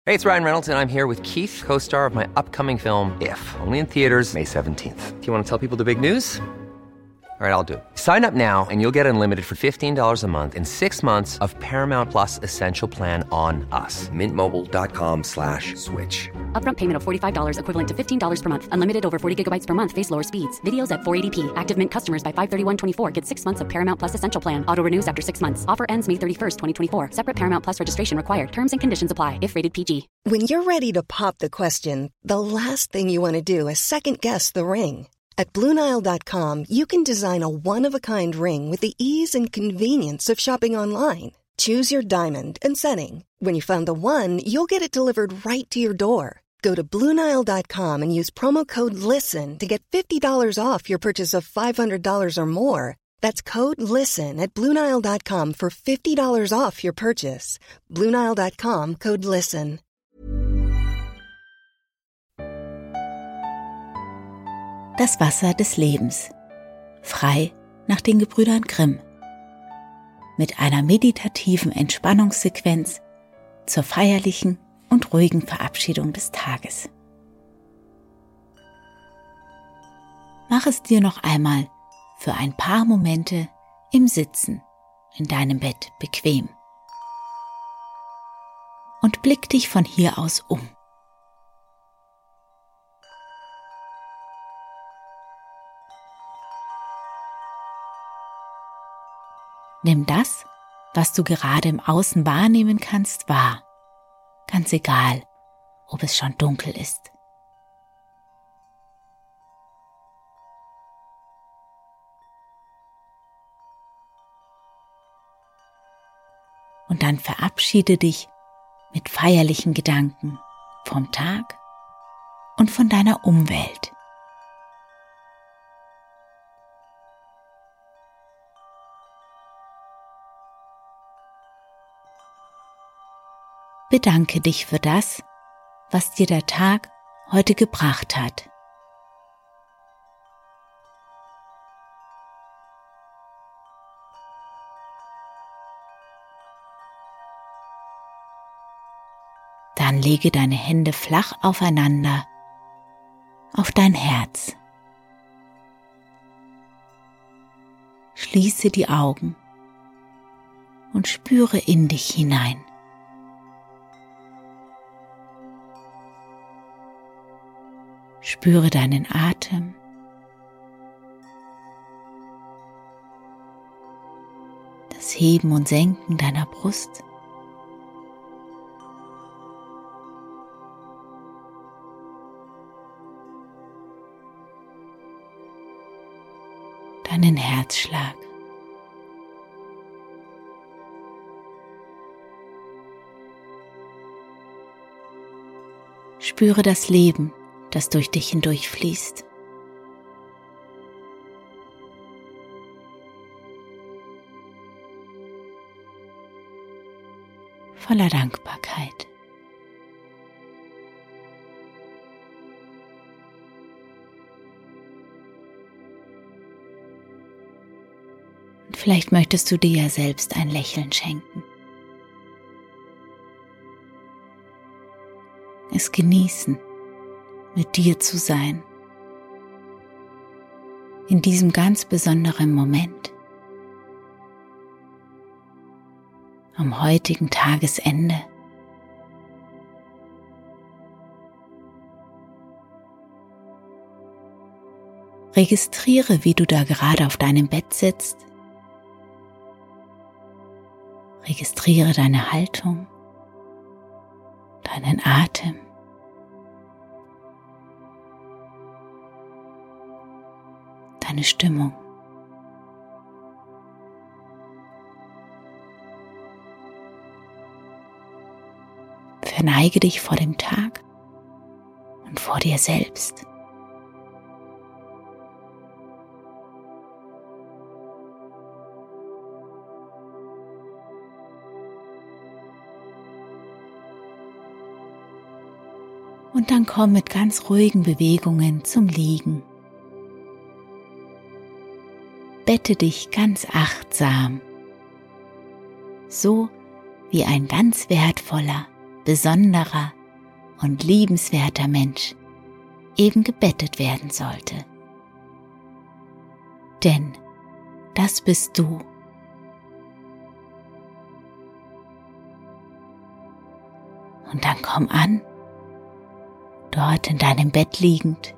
Hey, it's Ryan Reynolds, and I'm here with Keith, co-star of my upcoming film, If, only in theaters May 17th. Do you want to tell people the big news? All right, I'll do it. Sign up now and you'll get unlimited for $15 a month and 6 months of Paramount Plus Essential Plan on us. MintMobile.com/switch. Upfront payment of $45 equivalent to $15 per month. Unlimited over 40 gigabytes per month. Face lower speeds. Videos at 480p. Active Mint customers by 531.24 get 6 months of Paramount Plus Essential Plan. Auto renews after 6 months. Offer ends May 31st, 2024. Separate Paramount Plus registration required. Terms and conditions apply if rated PG. When you're ready to pop the question, the last thing you want to do is second-guess the ring. At BlueNile.com, you can design a one-of-a-kind ring with the ease and convenience of shopping online. Choose your diamond and setting. When you find the one, you'll get it delivered right to your door. Go to BlueNile.com and use promo code LISTEN to get $50 off your purchase of $500 or more. That's code LISTEN at BlueNile.com for $50 off your purchase. BlueNile.com, code LISTEN. Das Wasser des Lebens. Frei nach den Gebrüdern Grimm. Mit einer meditativen Entspannungssequenz zur feierlichen und ruhigen Verabschiedung des Tages. Mach es dir noch einmal für ein paar Momente im Sitzen in deinem Bett bequem. Und blick dich von hier aus um. Nimm das, was du gerade im Außen wahrnehmen kannst, wahr. Ganz egal, ob es schon dunkel ist. Und dann verabschiede dich mit feierlichen Gedanken vom Tag und von deiner Umwelt. Bedanke dich für das, was dir der Tag heute gebracht hat. Dann lege deine Hände flach aufeinander auf dein Herz. Schließe die Augen und spüre in dich hinein. Spüre deinen Atem. Das Heben und Senken deiner Brust. Deinen Herzschlag. Spüre das Leben, das durch dich hindurch fließt. Voller Dankbarkeit. Und vielleicht möchtest du dir ja selbst ein Lächeln schenken. Es genießen, mit dir zu sein, in diesem ganz besonderen Moment, am heutigen Tagesende. Registriere, wie du da gerade auf deinem Bett sitzt. Registriere deine Haltung, deinen Atem. Deine Stimmung. Verneige dich vor dem Tag und vor dir selbst. Und dann komm mit ganz ruhigen Bewegungen zum Liegen. Bette dich ganz achtsam, so wie ein ganz wertvoller, besonderer und liebenswerter Mensch eben gebettet werden sollte. Denn das bist du. Und dann komm an, dort in deinem Bett liegend,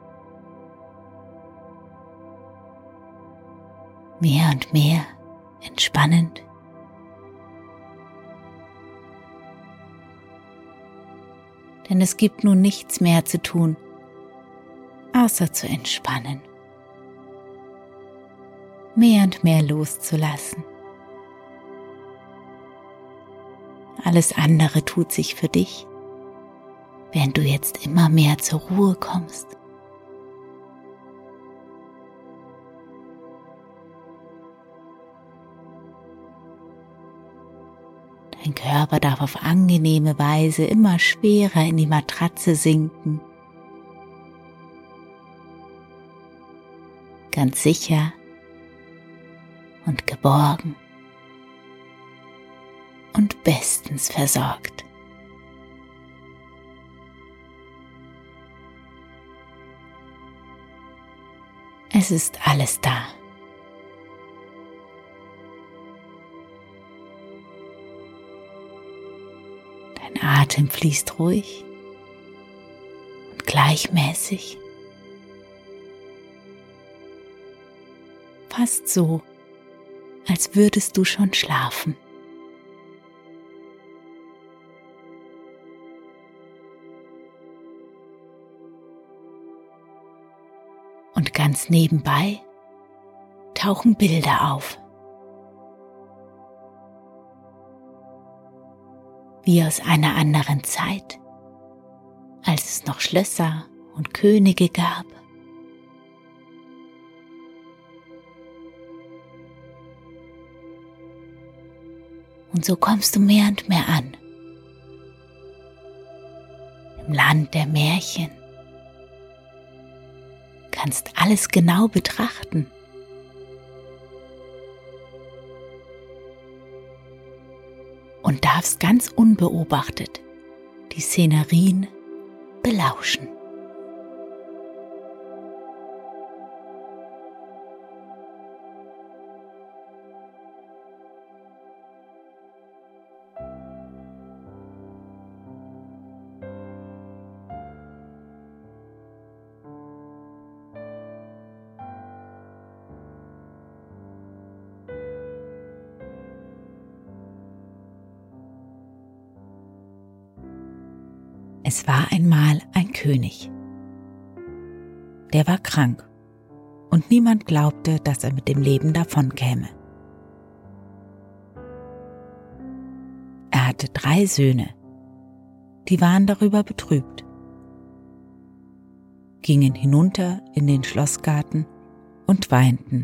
mehr und mehr entspannend. Denn es gibt nun nichts mehr zu tun, außer zu entspannen, mehr und mehr loszulassen. Alles andere tut sich für dich, während du jetzt immer mehr zur Ruhe kommst. Dein Körper darf auf angenehme Weise immer schwerer in die Matratze sinken. Ganz sicher und geborgen und bestens versorgt. Es ist alles da. Dein Atem fließt ruhig und gleichmäßig. Fast so, als würdest du schon schlafen. Und ganz nebenbei tauchen Bilder auf. Wie aus einer anderen Zeit, als es noch Schlösser und Könige gab. Und so kommst du mehr und mehr an. Im Land der Märchen. Kannst alles genau betrachten. Und darfst ganz unbeobachtet die Szenerien belauschen. Es war einmal ein König. Der war krank und niemand glaubte, dass er mit dem Leben davonkäme. Er hatte 3 Söhne, die waren darüber betrübt, gingen hinunter in den Schlossgarten und weinten.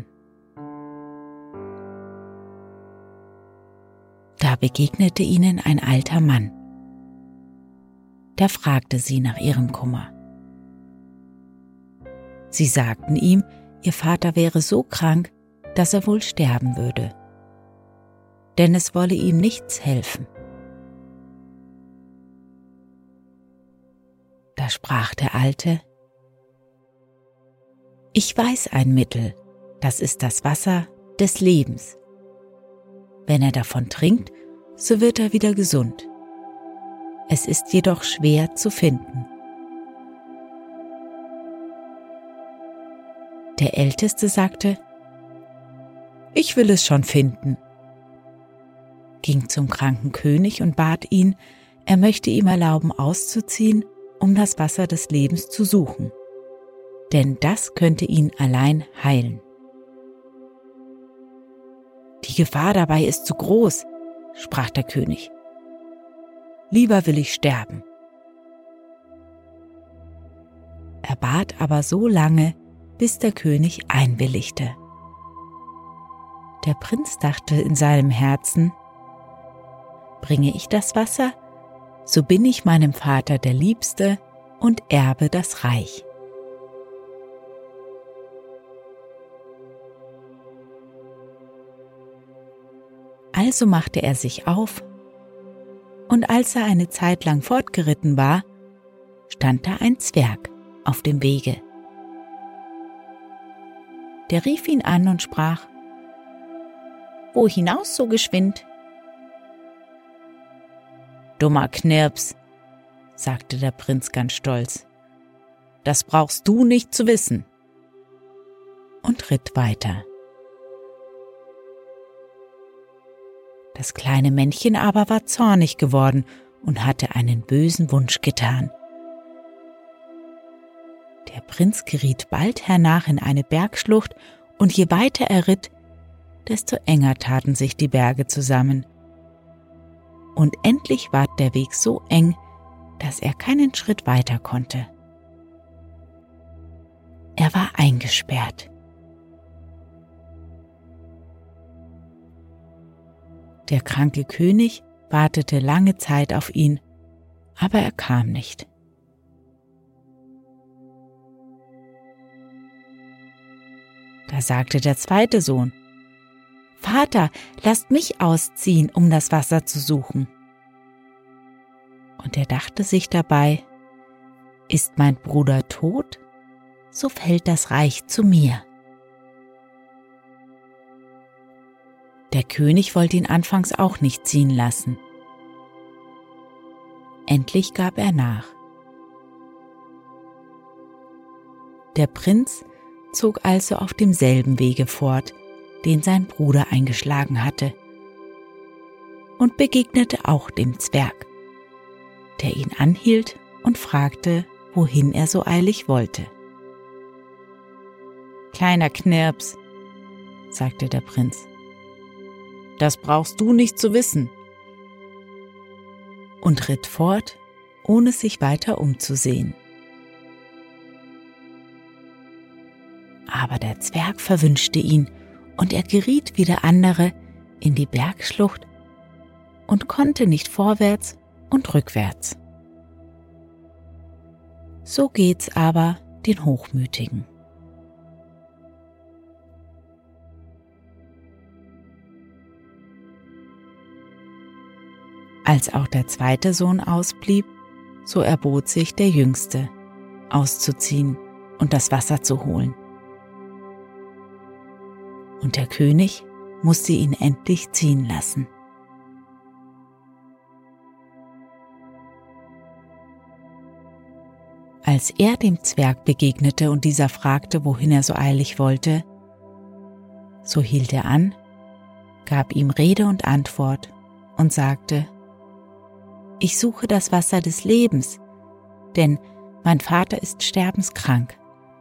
Da begegnete ihnen ein alter Mann. Der fragte sie nach ihrem Kummer. Sie sagten ihm, ihr Vater wäre so krank, dass er wohl sterben würde, denn es wolle ihm nichts helfen. Da sprach der Alte: Ich weiß ein Mittel, das ist das Wasser des Lebens. Wenn er davon trinkt, so wird er wieder gesund. Es ist jedoch schwer zu finden. Der Älteste sagte: Ich will es schon finden, ging zum kranken König und bat ihn, er möchte ihm erlauben, auszuziehen, um das Wasser des Lebens zu suchen, denn das könnte ihn allein heilen. Die Gefahr dabei ist zu groß, sprach der König. Lieber will ich sterben. Er bat aber so lange, bis der König einwilligte. Der Prinz dachte in seinem Herzen: Bringe ich das Wasser, so bin ich meinem Vater der Liebste und erbe das Reich. Also machte er sich auf, und als er eine Zeit lang fortgeritten war, stand da ein Zwerg auf dem Wege. Der rief ihn an und sprach: »Wo hinaus so geschwind?« »Dummer Knirps«, sagte der Prinz ganz stolz, »das brauchst du nicht zu wissen«, und ritt weiter. Das kleine Männchen aber war zornig geworden und hatte einen bösen Wunsch getan. Der Prinz geriet bald hernach in eine Bergschlucht, und je weiter er ritt, desto enger taten sich die Berge zusammen. Und endlich ward der Weg so eng, dass er keinen Schritt weiter konnte. Er war eingesperrt. Der kranke König wartete lange Zeit auf ihn, aber er kam nicht. Da sagte der zweite Sohn: »Vater, lasst mich ausziehen, um das Wasser zu suchen.« Und er dachte sich dabei: »Ist mein Bruder tot, so fällt das Reich zu mir.« Der König wollte ihn anfangs auch nicht ziehen lassen. Endlich gab er nach. Der Prinz zog also auf demselben Wege fort, den sein Bruder eingeschlagen hatte, und begegnete auch dem Zwerg, der ihn anhielt und fragte, wohin er so eilig wollte. »Kleiner Knirps«, sagte der Prinz, »das brauchst du nicht zu wissen«, und ritt fort, ohne sich weiter umzusehen. Aber der Zwerg verwünschte ihn, und er geriet wie der andere in die Bergschlucht und konnte nicht vorwärts und rückwärts. So geht's aber den Hochmütigen. Als auch der zweite Sohn ausblieb, so erbot sich der Jüngste, auszuziehen und das Wasser zu holen. Und der König musste ihn endlich ziehen lassen. Als er dem Zwerg begegnete und dieser fragte, wohin er so eilig wollte, so hielt er an, gab ihm Rede und Antwort und sagte: »Ich suche das Wasser des Lebens, denn mein Vater ist sterbenskrank.«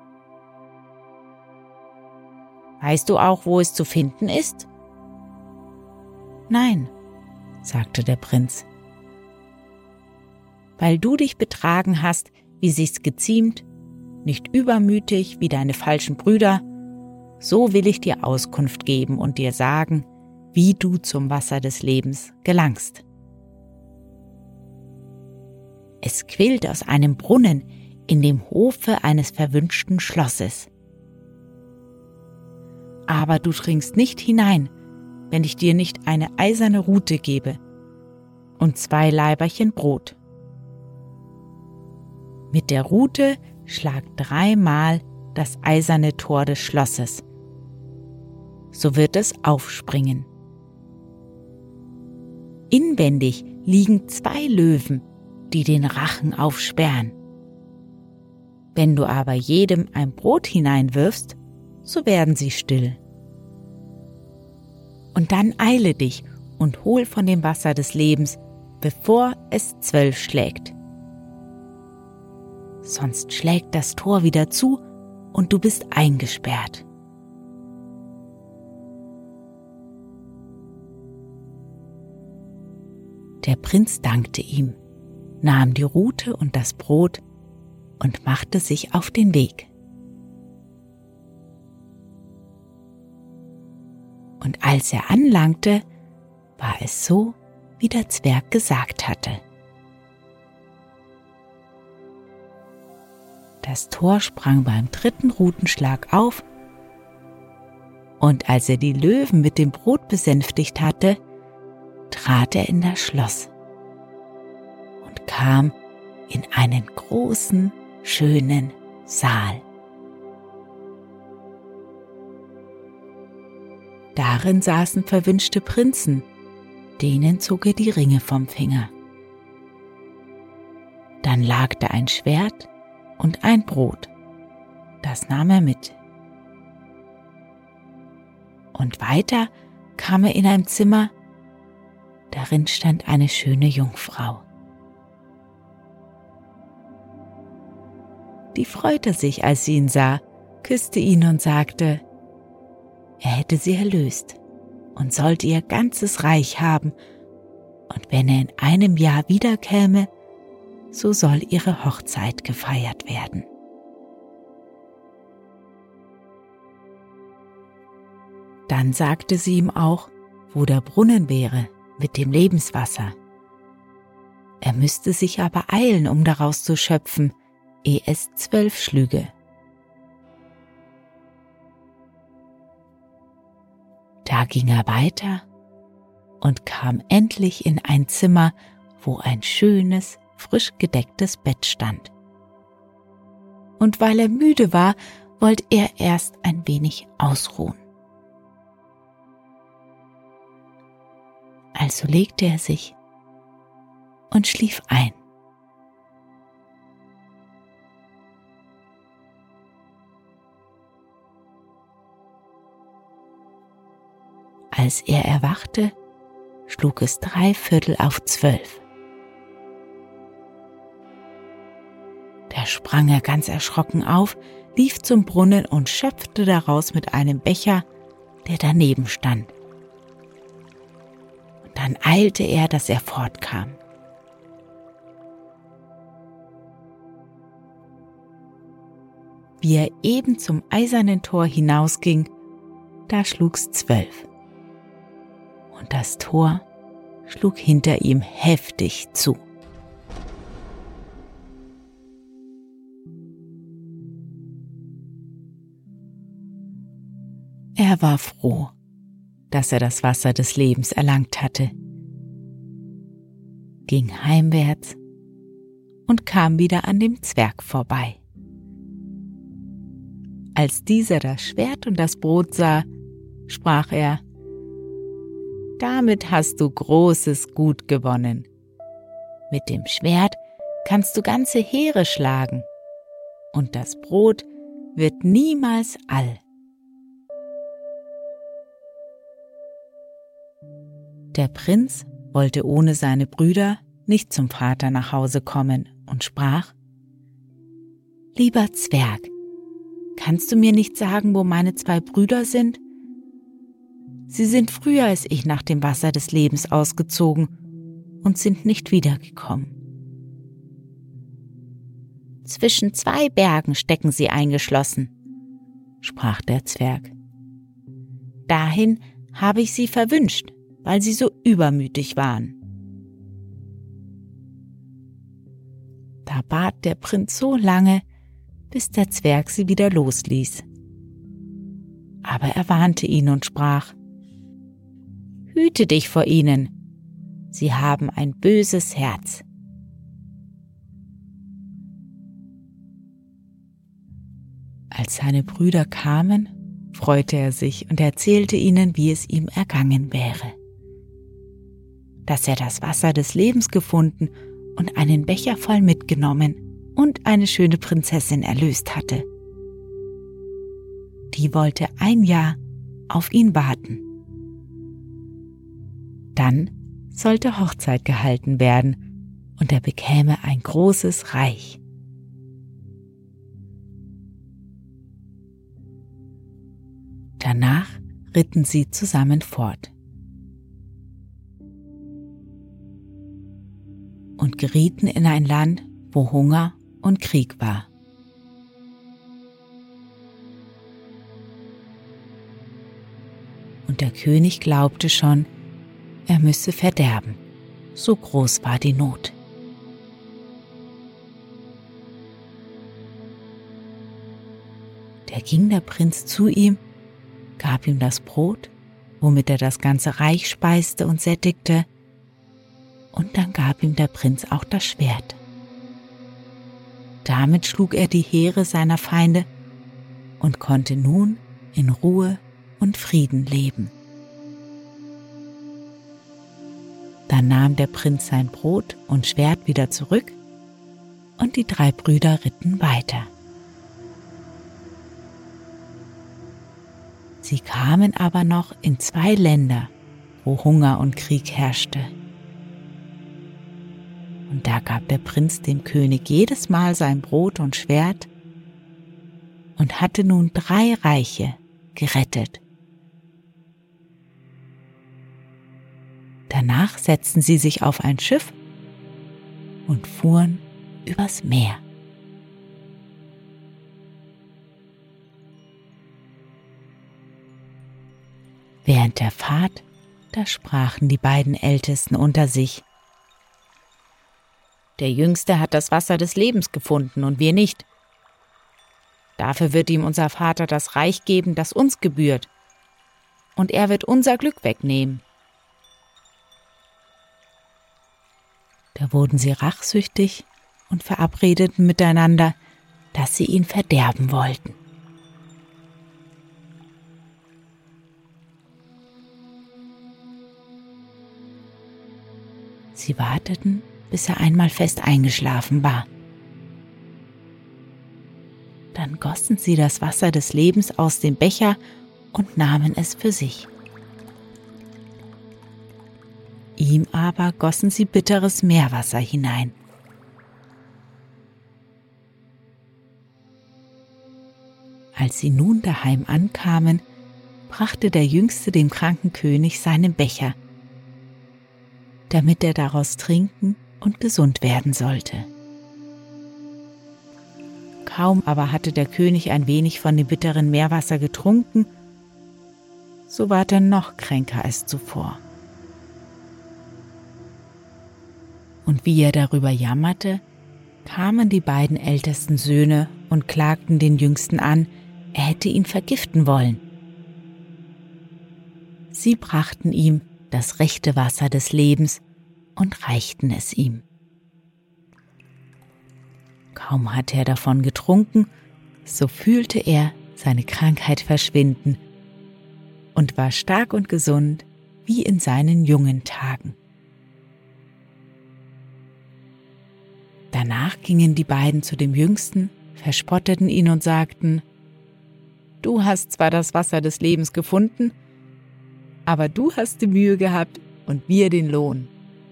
»Weißt du auch, wo es zu finden ist?« »Nein«, sagte der Prinz. »Weil du dich betragen hast, wie sich's geziemt, nicht übermütig wie deine falschen Brüder, so will ich dir Auskunft geben und dir sagen, wie du zum Wasser des Lebens gelangst. Es quillt aus einem Brunnen in dem Hofe eines verwünschten Schlosses. Aber du dringst nicht hinein, wenn ich dir nicht eine eiserne Rute gebe und 2 Laiberchen Brot. Mit der Rute schlag 3-mal das eiserne Tor des Schlosses. So wird es aufspringen. Inwendig liegen 2 Löwen, die den Rachen aufsperren. Wenn du aber jedem ein Brot hineinwirfst, so werden sie still. Und dann eile dich und hol von dem Wasser des Lebens, bevor es 12 schlägt. Sonst schlägt das Tor wieder zu und du bist eingesperrt. Der Prinz dankte ihm, nahm die Rute und das Brot und machte sich auf den Weg. Und als er anlangte, war es so, wie der Zwerg gesagt hatte. Das Tor sprang beim 3. Rutenschlag auf, und als er die Löwen mit dem Brot besänftigt hatte, trat er in das Schloss und kam in einen großen, schönen Saal. Darin saßen verwünschte Prinzen, denen zog er die Ringe vom Finger. Dann lag da ein Schwert und ein Brot, das nahm er mit. Und weiter kam er in ein Zimmer, darin stand eine schöne Jungfrau. Die freute sich, als sie ihn sah, küsste ihn und sagte, er hätte sie erlöst und sollte ihr ganzes Reich haben, und wenn er in einem Jahr wiederkäme, so soll ihre Hochzeit gefeiert werden. Dann sagte sie ihm auch, wo der Brunnen wäre mit dem Lebenswasser. Er müsste sich aber eilen, um daraus zu schöpfen, ehe es 12 schlüge. Da ging er weiter und kam endlich in ein Zimmer, wo ein schönes, frisch gedecktes Bett stand. Und weil er müde war, wollte er erst ein wenig ausruhen. Also legte er sich und schlief ein. Als er erwachte, schlug es 12:15. Da sprang er ganz erschrocken auf, lief zum Brunnen und schöpfte daraus mit einem Becher, der daneben stand. Und dann eilte er, dass er fortkam. Wie er eben zum eisernen Tor hinausging, da schlug's 12. Und das Tor schlug hinter ihm heftig zu. Er war froh, dass er das Wasser des Lebens erlangt hatte, ging heimwärts und kam wieder an dem Zwerg vorbei. Als dieser das Schwert und das Brot sah, sprach er: Damit hast du großes Gut gewonnen. Mit dem Schwert kannst du ganze Heere schlagen, und das Brot wird niemals all. Der Prinz wollte ohne seine Brüder nicht zum Vater nach Hause kommen und sprach: Lieber Zwerg, kannst du mir nicht sagen, wo meine 2 Brüder sind? Sie sind früher als ich nach dem Wasser des Lebens ausgezogen und sind nicht wiedergekommen. Zwischen 2 Bergen stecken sie eingeschlossen, sprach der Zwerg. Dahin habe ich sie verwünscht, weil sie so übermütig waren. Da bat der Prinz so lange, bis der Zwerg sie wieder losließ. Aber er warnte ihn und sprach: Hüte dich vor ihnen, sie haben ein böses Herz. Als seine Brüder kamen, freute er sich und erzählte ihnen, wie es ihm ergangen wäre. Dass er das Wasser des Lebens gefunden und einen Becher voll mitgenommen und eine schöne Prinzessin erlöst hatte. Die wollte ein Jahr auf ihn warten. Dann sollte Hochzeit gehalten werden und er bekäme ein großes Reich. Danach ritten sie zusammen fort und gerieten in ein Land, wo Hunger und Krieg war. Und der König glaubte schon, er müsse verderben, so groß war die Not. Da ging der Prinz zu ihm, gab ihm das Brot, womit er das ganze Reich speiste und sättigte, und dann gab ihm der Prinz auch das Schwert. Damit schlug er die Heere seiner Feinde und konnte nun in Ruhe und Frieden leben. Dann nahm der Prinz sein Brot und Schwert wieder zurück und die 3 Brüder ritten weiter. Sie kamen aber noch in 2 Länder, wo Hunger und Krieg herrschte. Und da gab der Prinz dem König jedes Mal sein Brot und Schwert und hatte nun 3 Reiche gerettet. Danach setzten sie sich auf ein Schiff und fuhren übers Meer. Während der Fahrt, da sprachen die beiden Ältesten unter sich: Der Jüngste hat das Wasser des Lebens gefunden und wir nicht. Dafür wird ihm unser Vater das Reich geben, das uns gebührt, und er wird unser Glück wegnehmen. Da wurden sie rachsüchtig und verabredeten miteinander, dass sie ihn verderben wollten. Sie warteten, bis er einmal fest eingeschlafen war. Dann gossen sie das Wasser des Lebens aus dem Becher und nahmen es für sich. Ihm aber gossen sie bitteres Meerwasser hinein. Als sie nun daheim ankamen, brachte der Jüngste dem kranken König seinen Becher, damit er daraus trinken und gesund werden sollte. Kaum aber hatte der König ein wenig von dem bitteren Meerwasser getrunken, so ward er noch kränker als zuvor. Und wie er darüber jammerte, kamen die beiden ältesten Söhne und klagten den Jüngsten an, er hätte ihn vergiften wollen. Sie brachten ihm das rechte Wasser des Lebens und reichten es ihm. Kaum hatte er davon getrunken, so fühlte er seine Krankheit verschwinden und war stark und gesund wie in seinen jungen Tagen. Danach gingen die beiden zu dem Jüngsten, verspotteten ihn und sagten: Du hast zwar das Wasser des Lebens gefunden, aber du hast die Mühe gehabt und wir den Lohn.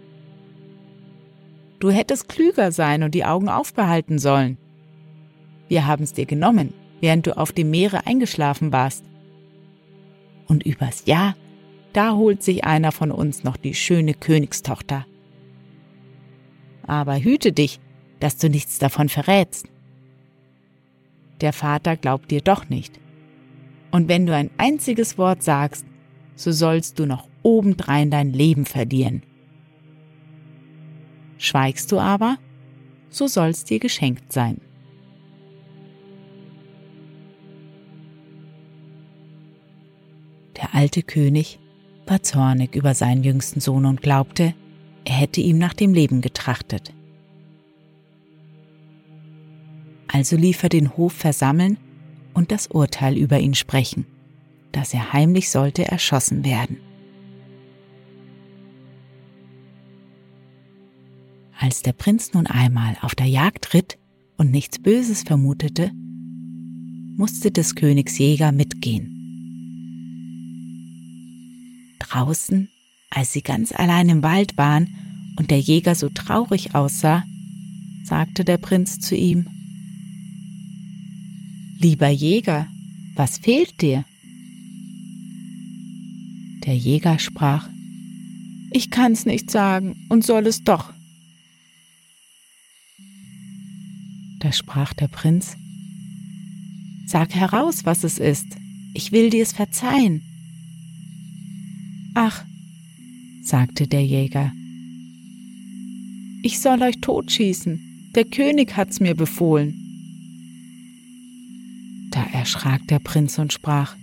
Du hättest klüger sein und die Augen aufbehalten sollen. Wir haben es dir genommen, während du auf dem Meere eingeschlafen warst. Und übers Jahr, da holt sich einer von uns noch die schöne Königstochter. Aber hüte dich, dass du nichts davon verrätst. Der Vater glaubt dir doch nicht. Und wenn du ein einziges Wort sagst, so sollst du noch obendrein dein Leben verlieren. Schweigst du aber, so soll's dir geschenkt sein. Der alte König war zornig über seinen jüngsten Sohn und glaubte, er hätte ihm nach dem Leben getrachtet. Also ließ er den Hof versammeln und das Urteil über ihn sprechen, dass er heimlich sollte erschossen werden. Als der Prinz nun einmal auf der Jagd ritt und nichts Böses vermutete, musste des Königs Jäger mitgehen. Draußen, als sie ganz allein im Wald waren und der Jäger so traurig aussah, sagte der Prinz zu ihm: Lieber Jäger, was fehlt dir? Der Jäger sprach: Ich kann's nicht sagen und soll es doch. Da sprach der Prinz: Sag heraus, was es ist, ich will dir's verzeihen. Ach, sagte der Jäger, ich soll euch totschießen, der König hat's mir befohlen. Da erschrak der Prinz und sprach: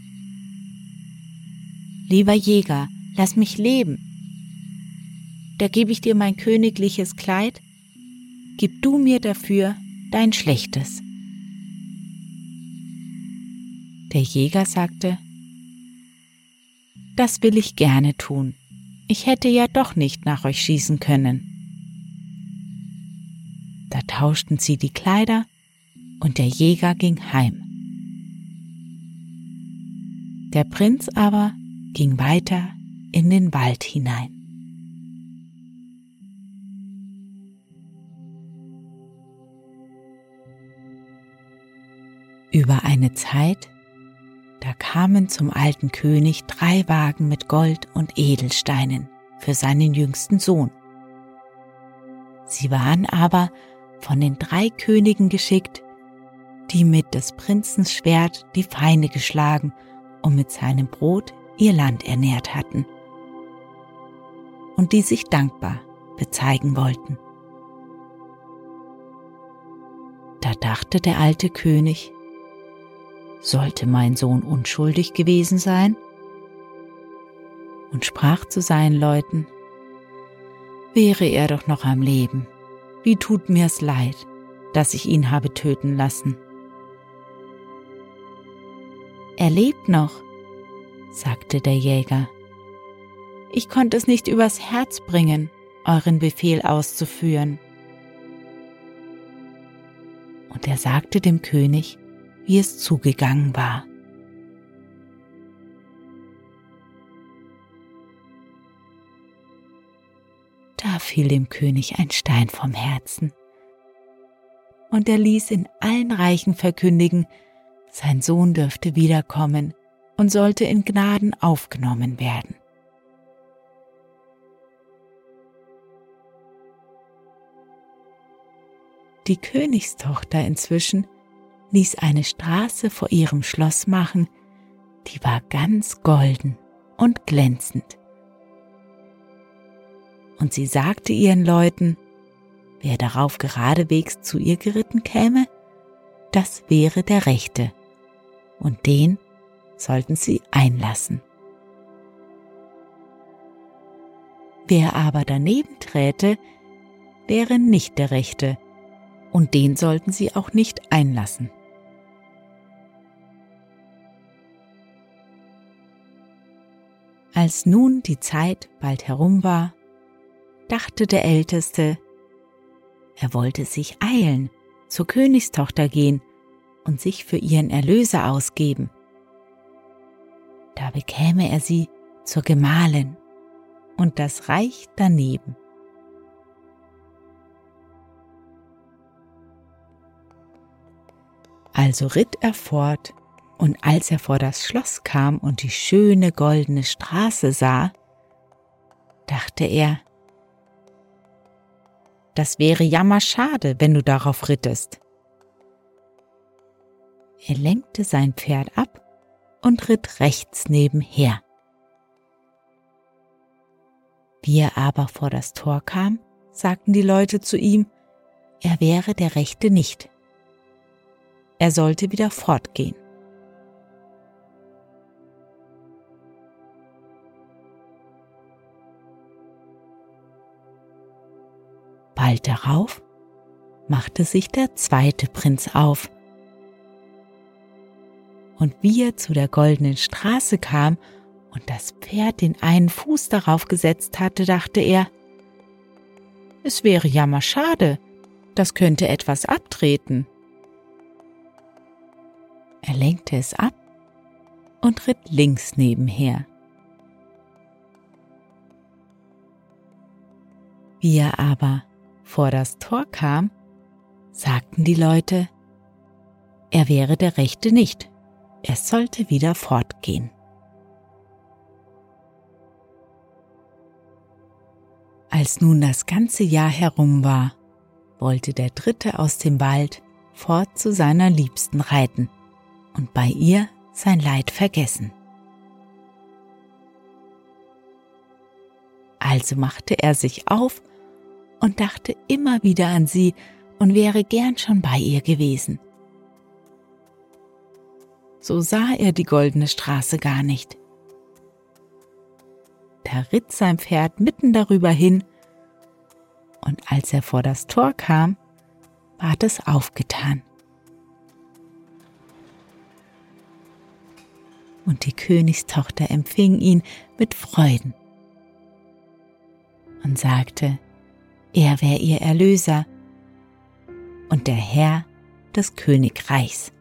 Lieber Jäger, lass mich leben. Da gebe ich dir mein königliches Kleid, gib du mir dafür dein Schlechtes. Der Jäger sagte: Das will ich gerne tun. Ich hätte ja doch nicht nach euch schießen können. Da tauschten sie die Kleider und der Jäger ging heim. Der Prinz aber ging weiter in den Wald hinein. Über eine Zeit, da kamen zum alten König 3 Wagen mit Gold und Edelsteinen für seinen jüngsten Sohn. Sie waren aber von den 3 Königen geschickt, die mit des Prinzen Schwert die Feinde geschlagen und mit seinem Brot ihr Land ernährt hatten und die sich dankbar bezeigen wollten. Da dachte der alte König: Sollte mein Sohn unschuldig gewesen sein? Und sprach zu seinen Leuten: Wäre er doch noch am Leben, wie tut mir's leid, dass ich ihn habe töten lassen. Er lebt noch, sagte der Jäger. Ich konnte es nicht übers Herz bringen, euren Befehl auszuführen. Und er sagte dem König, wie es zugegangen war. Da fiel dem König ein Stein vom Herzen, und er ließ in allen Reichen verkündigen, sein Sohn dürfte wiederkommen und sollte in Gnaden aufgenommen werden. Die Königstochter inzwischen ließ eine Straße vor ihrem Schloss machen, die war ganz golden und glänzend. Und sie sagte ihren Leuten, wer darauf geradewegs zu ihr geritten käme, das wäre der Rechte, und den sollten sie einlassen. Wer aber daneben träte, wäre nicht der Rechte, und den sollten sie auch nicht einlassen. Als nun die Zeit bald herum war, dachte der Älteste, er wollte sich eilen, zur Königstochter gehen und sich für ihren Erlöser ausgeben. Da bekäme er sie zur Gemahlin und das Reich daneben. Also ritt er fort, und als er vor das Schloss kam und die schöne goldene Straße sah, dachte er, das wäre jammerschade, wenn du darauf rittest. Er lenkte sein Pferd ab und ritt rechts nebenher. Wie er aber vor das Tor kam, sagten die Leute zu ihm, er wäre der Rechte nicht. Er sollte wieder fortgehen. Bald darauf machte sich der 2. Prinz auf. Und wie er zu der goldenen Straße kam und das Pferd den einen Fuß darauf gesetzt hatte, dachte er, es wäre jammerschade, das könnte etwas abtreten. Er lenkte es ab und ritt links nebenher. Wie er aber vor das Tor kam, sagten die Leute, er wäre der Rechte nicht, er sollte wieder fortgehen. Als nun das ganze Jahr herum war, wollte der 3. aus dem Wald fort zu seiner Liebsten reiten und bei ihr sein Leid vergessen. Also machte er sich auf und dachte immer wieder an sie und wäre gern schon bei ihr gewesen. So sah er die goldene Straße gar nicht. Da ritt sein Pferd mitten darüber hin, und als er vor das Tor kam, ward es aufgetan. Und die Königstochter empfing ihn mit Freuden und sagte, er wäre ihr Erlöser und der Herr des Königreichs.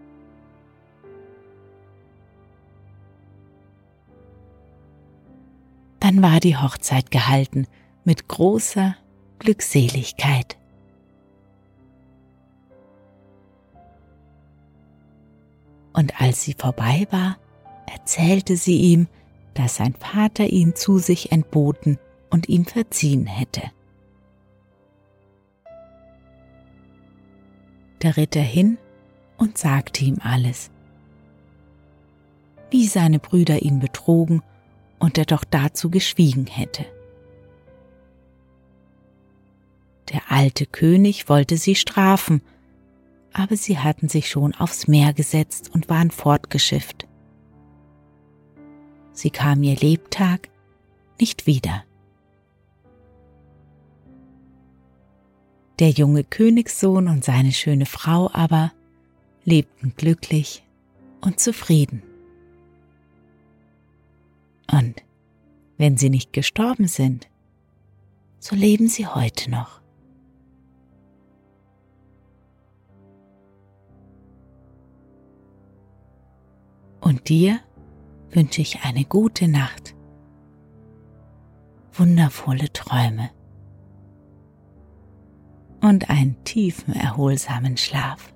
Dann war die Hochzeit gehalten mit großer Glückseligkeit. Und als sie vorbei war, erzählte sie ihm, dass sein Vater ihn zu sich entboten und ihm verziehen hätte. Da ritt er hin und sagte ihm alles, wie seine Brüder ihn betrogen und er doch dazu geschwiegen hätte. Der alte König wollte sie strafen, aber sie hatten sich schon aufs Meer gesetzt und waren fortgeschifft. Sie kam ihr Lebtag nicht wieder. Der junge Königssohn und seine schöne Frau aber lebten glücklich und zufrieden. Und wenn sie nicht gestorben sind, so leben sie heute noch. Und dir wünsche ich eine gute Nacht, wundervolle Träume und einen tiefen, erholsamen Schlaf.